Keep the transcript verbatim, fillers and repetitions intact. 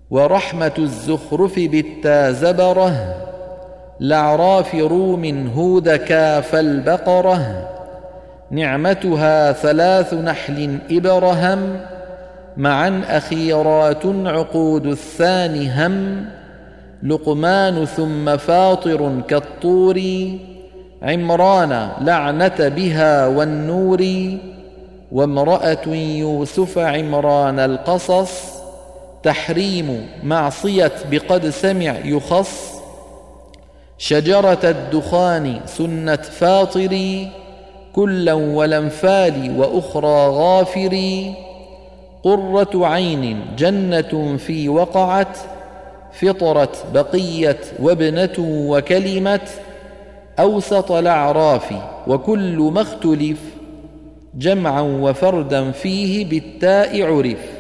ورحمة الزخرف بالتا زبره لعراف روم هود كاف البقرة نعمتها ثلاث نحل إبرهم معا أخيرات عقود الثاني هم لقمان ثم فاطر كالطور عمران لعنة بها والنور وامرأة يوسف عمران القصص تحريم معصية بقد سمع يخص شجرة الدخان سنة فاطري كلا والأنفال وأخرى غافري قرة عين جنة في وقعت فطرة بقية وابنة وكلمة أوسط الأعراف وكل ما اختلف جمعا وفردا فيه بالتاء عرف.